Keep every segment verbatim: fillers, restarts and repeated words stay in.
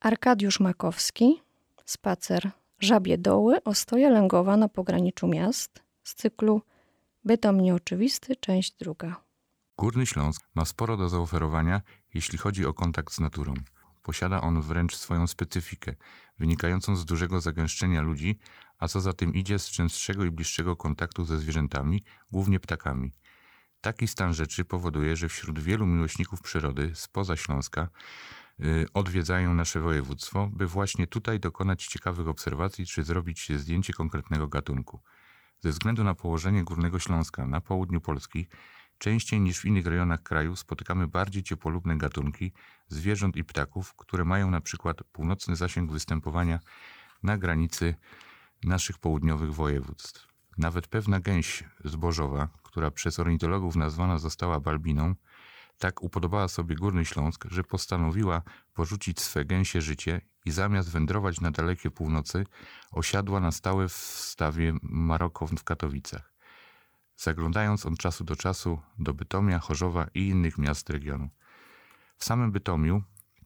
Arkadiusz Makowski, spacer Żabie Doły, Ostoja Lęgowa na pograniczu miast z cyklu Bytom nieoczywisty, część druga. Górny Śląsk ma sporo do zaoferowania, jeśli chodzi o kontakt z naturą. Posiada on wręcz swoją specyfikę, wynikającą z dużego zagęszczenia ludzi, a co za tym idzie z częstszego i bliższego kontaktu ze zwierzętami, głównie ptakami. Taki stan rzeczy powoduje, że wśród wielu miłośników przyrody spoza Śląska yy, odwiedzają nasze województwo, by właśnie tutaj dokonać ciekawych obserwacji czy zrobić zdjęcie konkretnego gatunku. Ze względu na położenie Górnego Śląska na południu Polski, częściej niż w innych rejonach kraju spotykamy bardziej ciepłolubne gatunki zwierząt i ptaków, które mają na przykład północny zasięg występowania na granicy naszych południowych województw. Nawet pewna gęś zbożowa, która przez ornitologów nazwana została balbiną, tak upodobała sobie Górny Śląsk, że postanowiła porzucić swe gęsie życie i zamiast wędrować na dalekie północy, osiadła na stałe w stawie Maroko w Katowicach, zaglądając od czasu do czasu do Bytomia, Chorzowa i innych miast regionu. W samym Bytomiu,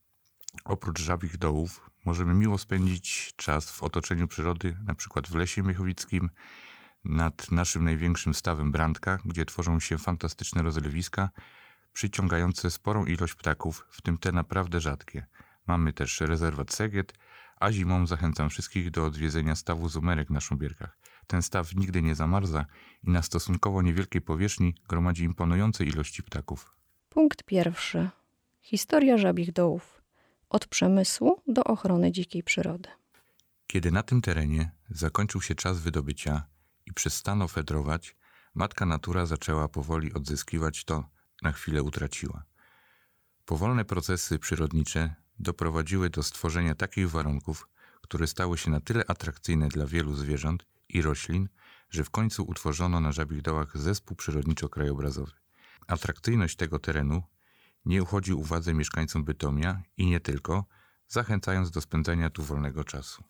oprócz Żabich Dołów, możemy miło spędzić czas w otoczeniu przyrody, na przykład w Lesie Miechowickim, nad naszym największym stawem Brandka, gdzie tworzą się fantastyczne rozlewiska, przyciągające sporą ilość ptaków, w tym te naprawdę rzadkie. Mamy też rezerwat Segiet, a zimą zachęcam wszystkich do odwiedzenia stawu Zumerek na Szumberkach. Ten staw nigdy nie zamarza i na stosunkowo niewielkiej powierzchni gromadzi imponujące ilości ptaków. Punkt pierwszy. Historia Żabich Dołów. Od przemysłu do ochrony dzikiej przyrody. Kiedy na tym terenie zakończył się czas wydobycia i przestano fedrować, matka natura zaczęła powoli odzyskiwać to, na chwilę utraciła. Powolne procesy przyrodnicze doprowadziły do stworzenia takich warunków, które stały się na tyle atrakcyjne dla wielu zwierząt i roślin, że w końcu utworzono na Żabich Dołach zespół przyrodniczo-krajobrazowy. Atrakcyjność tego terenu nie uchodzi uwadze mieszkańcom Bytomia i nie tylko, zachęcając do spędzania tu wolnego czasu.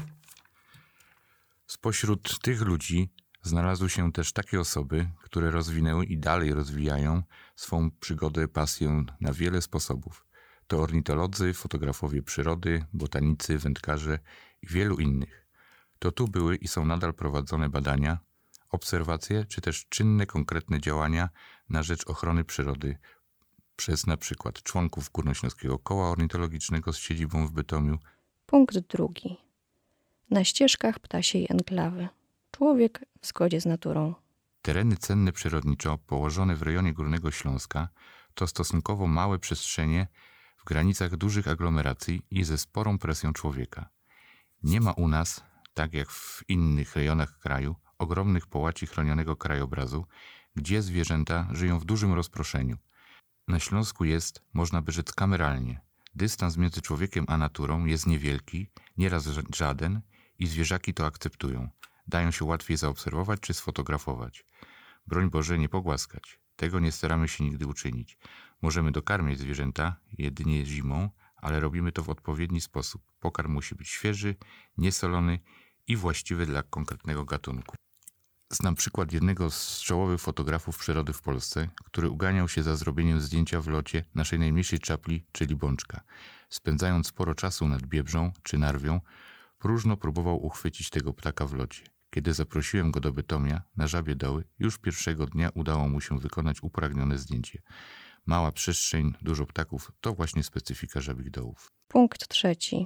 Spośród tych ludzi znalazły się też takie osoby, które rozwinęły i dalej rozwijają swą przygodę, pasję na wiele sposobów. To ornitolodzy, fotografowie przyrody, botanicy, wędkarze i wielu innych. To tu były i są nadal prowadzone badania, obserwacje czy też czynne, konkretne działania na rzecz ochrony przyrody przez na przykład członków Górnośląskiego Koła Ornitologicznego z siedzibą w Bytomiu. Punkt drugi. Na ścieżkach ptasiej enklawy. Człowiek w zgodzie z naturą. Tereny cenne przyrodniczo położone w rejonie Górnego Śląska to stosunkowo małe przestrzenie w granicach dużych aglomeracji i ze sporą presją człowieka. Nie ma u nas, tak jak w innych rejonach kraju, ogromnych połaci chronionego krajobrazu, gdzie zwierzęta żyją w dużym rozproszeniu. Na Śląsku jest, można by rzec, kameralnie. Dystans między człowiekiem a naturą jest niewielki, nieraz żaden i zwierzaki to akceptują. Dają się łatwiej zaobserwować czy sfotografować. Broń Boże nie pogłaskać. Tego nie staramy się nigdy uczynić. Możemy dokarmiać zwierzęta jedynie zimą, ale robimy to w odpowiedni sposób. Pokarm musi być świeży, niesolony i właściwy dla konkretnego gatunku. Znam przykład jednego z czołowych fotografów przyrody w Polsce, który uganiał się za zrobieniem zdjęcia w locie naszej najmniejszej czapli, czyli bączka. Spędzając sporo czasu nad Biebrzą czy Narwią, próżno próbował uchwycić tego ptaka w locie. Kiedy zaprosiłem go do Bytomia na Żabie Doły, już pierwszego dnia udało mu się wykonać upragnione zdjęcie. Mała przestrzeń, dużo ptaków to właśnie specyfika Żabich Dołów. Punkt trzeci.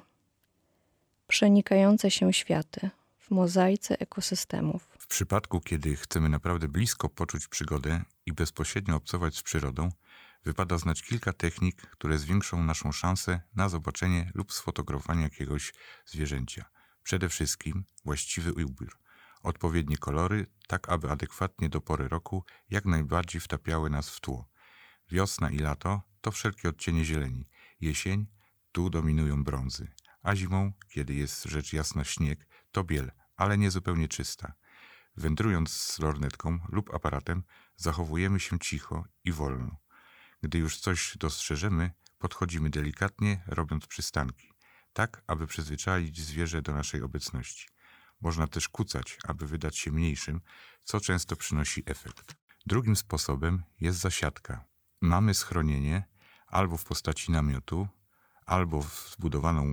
Przenikające się światy w mozaice ekosystemów. W przypadku, kiedy chcemy naprawdę blisko poczuć przygodę i bezpośrednio obcować z przyrodą, wypada znać kilka technik, które zwiększą naszą szansę na zobaczenie lub sfotografowanie jakiegoś zwierzęcia. Przede wszystkim właściwy ubiór. Odpowiednie kolory, tak aby adekwatnie do pory roku jak najbardziej wtapiały nas w tło. Wiosna i lato to wszelkie odcienie zieleni. Jesień, tu dominują brązy. A zimą, kiedy jest rzecz jasna śnieg, to biel, ale nie zupełnie czysta. Wędrując z lornetką lub aparatem, zachowujemy się cicho i wolno. Gdy już coś dostrzeżemy, podchodzimy delikatnie, robiąc przystanki, tak aby przyzwyczaić zwierzę do naszej obecności. Można też kucać, aby wydać się mniejszym, co często przynosi efekt. Drugim sposobem jest zasiadka. Mamy schronienie albo w postaci namiotu, albo zbudowaną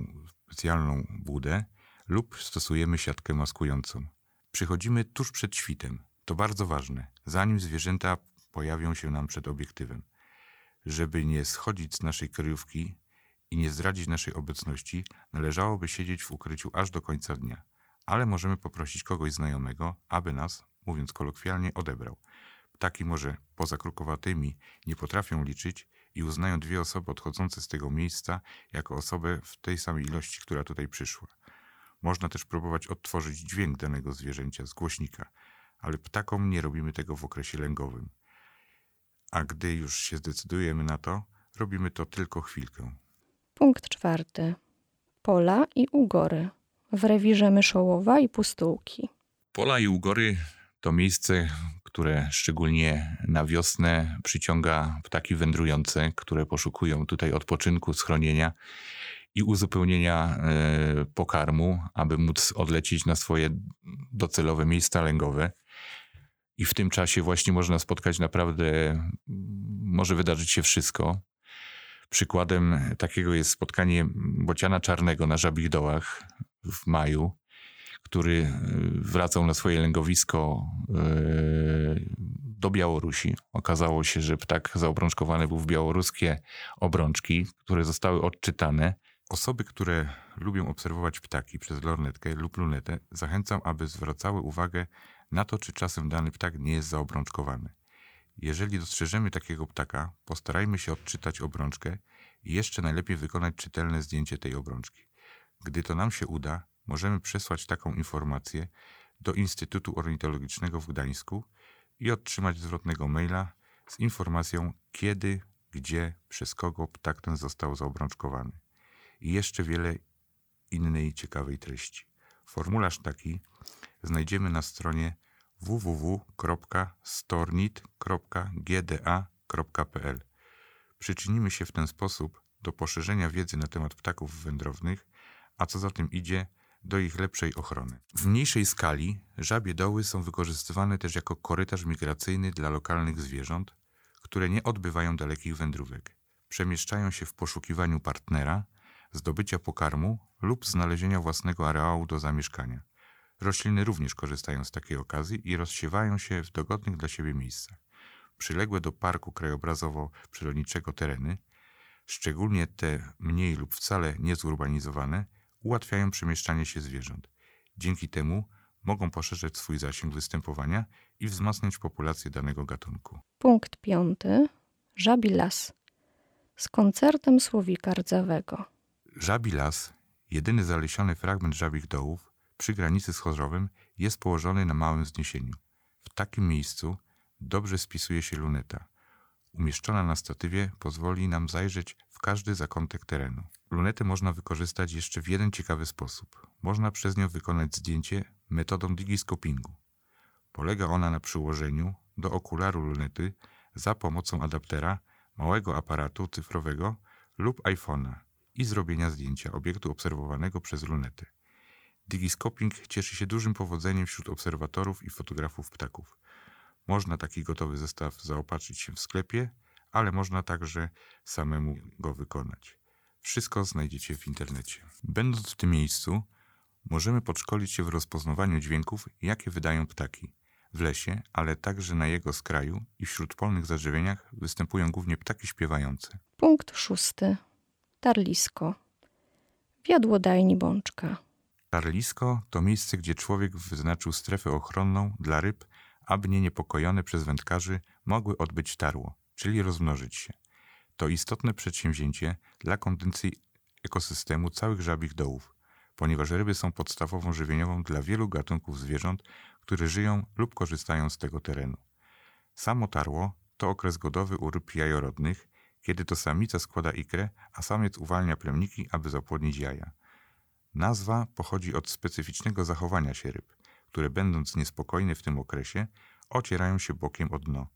specjalną budę lub stosujemy siatkę maskującą. Przychodzimy tuż przed świtem. To bardzo ważne, zanim zwierzęta pojawią się nam przed obiektywem. Żeby nie schodzić z naszej kryjówki i nie zdradzić naszej obecności, należałoby siedzieć w ukryciu aż do końca dnia. Ale możemy poprosić kogoś znajomego, aby nas, mówiąc kolokwialnie, odebrał. Ptaki może poza krukowatymi nie potrafią liczyć i uznają dwie osoby odchodzące z tego miejsca jako osobę w tej samej ilości, która tutaj przyszła. Można też próbować odtworzyć dźwięk danego zwierzęcia z głośnika, ale ptakom nie robimy tego w okresie lęgowym. A gdy już się zdecydujemy na to, robimy to tylko chwilkę. Punkt czwarty. Pola i ugory. W rewirze Myszołowa i Pustułki. Pola i ugory to miejsce, które szczególnie na wiosnę przyciąga ptaki wędrujące, które poszukują tutaj odpoczynku, schronienia i uzupełnienia e, pokarmu, aby móc odlecieć na swoje docelowe miejsca lęgowe. I w tym czasie właśnie można spotkać naprawdę, może wydarzyć się wszystko. Przykładem takiego jest spotkanie bociana czarnego na Żabich Dołach w maju, który wracał na swoje lęgowisko do Białorusi. Okazało się, że ptak zaobrączkowany był w białoruskie obrączki, które zostały odczytane. Osoby, które lubią obserwować ptaki przez lornetkę lub lunetę, zachęcam, aby zwracały uwagę na to, czy czasem dany ptak nie jest zaobrączkowany. Jeżeli dostrzeżemy takiego ptaka, postarajmy się odczytać obrączkę i jeszcze najlepiej wykonać czytelne zdjęcie tej obrączki. Gdy to nam się uda, możemy przesłać taką informację do Instytutu Ornitologicznego w Gdańsku i otrzymać zwrotnego maila z informacją, kiedy, gdzie, przez kogo ptak ten został zaobrączkowany. I jeszcze wiele innej ciekawej treści. Formularz taki znajdziemy na stronie w w w kropka stornit kropka g d a kropka p l. Przyczynimy się w ten sposób do poszerzenia wiedzy na temat ptaków wędrownych, a co za tym idzie, do ich lepszej ochrony. W mniejszej skali żabie doły są wykorzystywane też jako korytarz migracyjny dla lokalnych zwierząt, które nie odbywają dalekich wędrówek. Przemieszczają się w poszukiwaniu partnera, zdobycia pokarmu lub znalezienia własnego areału do zamieszkania. Rośliny również korzystają z takiej okazji i rozsiewają się w dogodnych dla siebie miejscach. Przyległe do parku krajobrazowo-przyrodniczego tereny, szczególnie te mniej lub wcale niezurbanizowane, ułatwiają przemieszczanie się zwierząt. Dzięki temu mogą poszerzać swój zasięg występowania i wzmacniać populację danego gatunku. Punkt piąty. Żabi las. Z koncertem słowika rdzawego. Żabi las, jedyny zalesiony fragment Żabich Dołów przy granicy z Chorzowem, jest położony na małym wzniesieniu. W takim miejscu dobrze spisuje się luneta. Umieszczona na statywie pozwoli nam zajrzeć w każdy zakątek terenu. Lunetę można wykorzystać jeszcze w jeden ciekawy sposób. Można przez nią wykonać zdjęcie metodą digiskopingu. Polega ona na przyłożeniu do okularu lunety za pomocą adaptera małego aparatu cyfrowego lub iPhone'a i zrobienia zdjęcia obiektu obserwowanego przez lunetę. Digiscoping cieszy się dużym powodzeniem wśród obserwatorów i fotografów ptaków. Można taki gotowy zestaw zaopatrzyć się w sklepie, ale można także samemu go wykonać. Wszystko znajdziecie w internecie. Będąc w tym miejscu, możemy podszkolić się w rozpoznawaniu dźwięków, jakie wydają ptaki. W lesie, ale także na jego skraju i wśród polnych zadrzewieniach występują głównie ptaki śpiewające. Punkt szósty. Tarlisko. Wiadłodajni Bączka. Tarlisko to miejsce, gdzie człowiek wyznaczył strefę ochronną dla ryb, aby nie niepokojone przez wędkarzy mogły odbyć tarło, czyli rozmnożyć się. To istotne przedsięwzięcie dla kondycji ekosystemu całych Żabich Dołów, ponieważ ryby są podstawową żywieniową dla wielu gatunków zwierząt, które żyją lub korzystają z tego terenu. Samo tarło to okres godowy u ryb jajorodnych, kiedy to samica składa ikrę, a samiec uwalnia plemniki, aby zapłodnić jaja. Nazwa pochodzi od specyficznego zachowania się ryb, które będąc niespokojne w tym okresie, ocierają się bokiem o dno,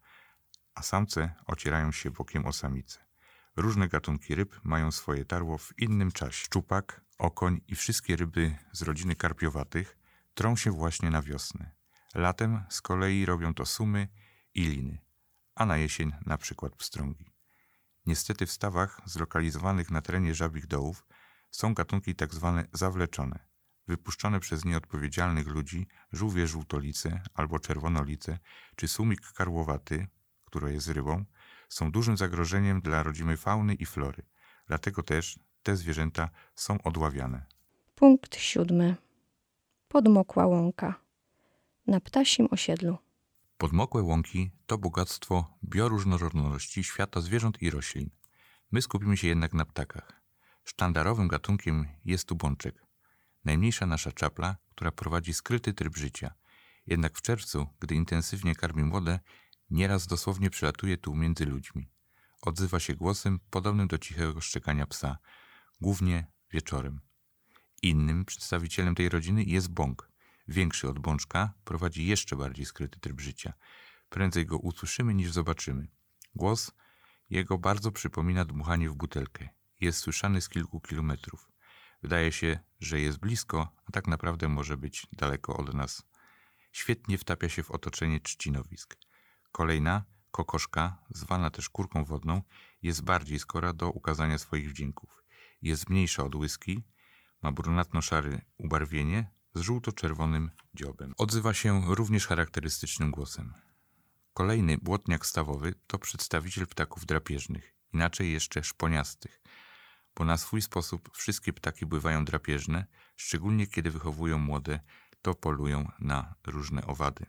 a samce ocierają się bokiem o samicę. Różne gatunki ryb mają swoje tarło w innym czasie. Szczupak, okoń i wszystkie ryby z rodziny karpiowatych trą się właśnie na wiosnę. Latem z kolei robią to sumy i liny, a na jesień na przykład pstrągi. Niestety w stawach zlokalizowanych na terenie Żabich Dołów Są gatunki tak zwane zawleczone. Wypuszczone przez nieodpowiedzialnych ludzi żółwie żółtolice albo czerwonolice czy sumik karłowaty, który jest rybą, są dużym zagrożeniem dla rodzimej fauny i flory. Dlatego też te zwierzęta są odławiane. Punkt siódmy. Podmokła łąka. Na ptasim osiedlu. Podmokłe łąki to bogactwo bioróżnorodności świata zwierząt i roślin. My skupimy się jednak na ptakach. Sztandarowym gatunkiem jest tu bączek. Najmniejsza nasza czapla, która prowadzi skryty tryb życia. Jednak w czerwcu, gdy intensywnie karmi młode, nieraz dosłownie przelatuje tu między ludźmi. Odzywa się głosem podobnym do cichego szczekania psa, głównie wieczorem. Innym przedstawicielem tej rodziny jest bąk. Większy od bączka, prowadzi jeszcze bardziej skryty tryb życia. Prędzej go usłyszymy niż zobaczymy. Głos jego bardzo przypomina dmuchanie w butelkę. Jest słyszany z kilku kilometrów. Wydaje się, że jest blisko, a tak naprawdę może być daleko od nas. Świetnie wtapia się w otoczenie trzcinowisk. Kolejna, kokoszka, zwana też kurką wodną, jest bardziej skora do ukazania swoich wdzięków. Jest mniejsza od łyski, ma brunatno-szare ubarwienie z żółto-czerwonym dziobem. Odzywa się również charakterystycznym głosem. Kolejny błotniak stawowy to przedstawiciel ptaków drapieżnych, inaczej jeszcze szponiastych, bo na swój sposób wszystkie ptaki bywają drapieżne, szczególnie kiedy wychowują młode, to polują na różne owady.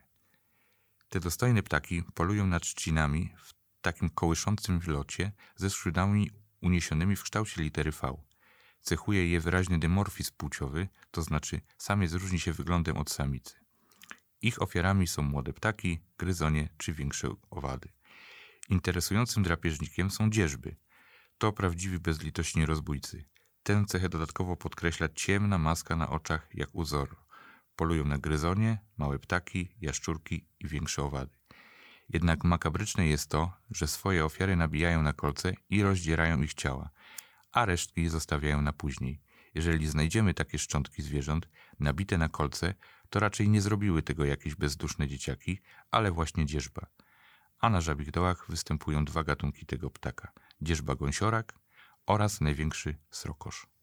Te dostojne ptaki polują nad trzcinami w takim kołyszącym locie ze skrzydłami uniesionymi w kształcie litery V. Cechuje je wyraźny dymorfizm płciowy, to znaczy samiec różni się wyglądem od samicy. Ich ofiarami są młode ptaki, gryzonie czy większe owady. Interesującym drapieżnikiem są dzierżby. To prawdziwi bezlitośni rozbójcy. Tę cechę dodatkowo podkreśla ciemna maska na oczach jak u Zorro. Polują na gryzonie, małe ptaki, jaszczurki i większe owady. Jednak makabryczne jest to, że swoje ofiary nabijają na kolce i rozdzierają ich ciała, a resztki zostawiają na później. Jeżeli znajdziemy takie szczątki zwierząt nabite na kolce, to raczej nie zrobiły tego jakieś bezduszne dzieciaki, ale właśnie dzierżba. A na żabich dołach występują dwa gatunki tego ptaka. Dzierżba gąsiorak oraz największy srokosz.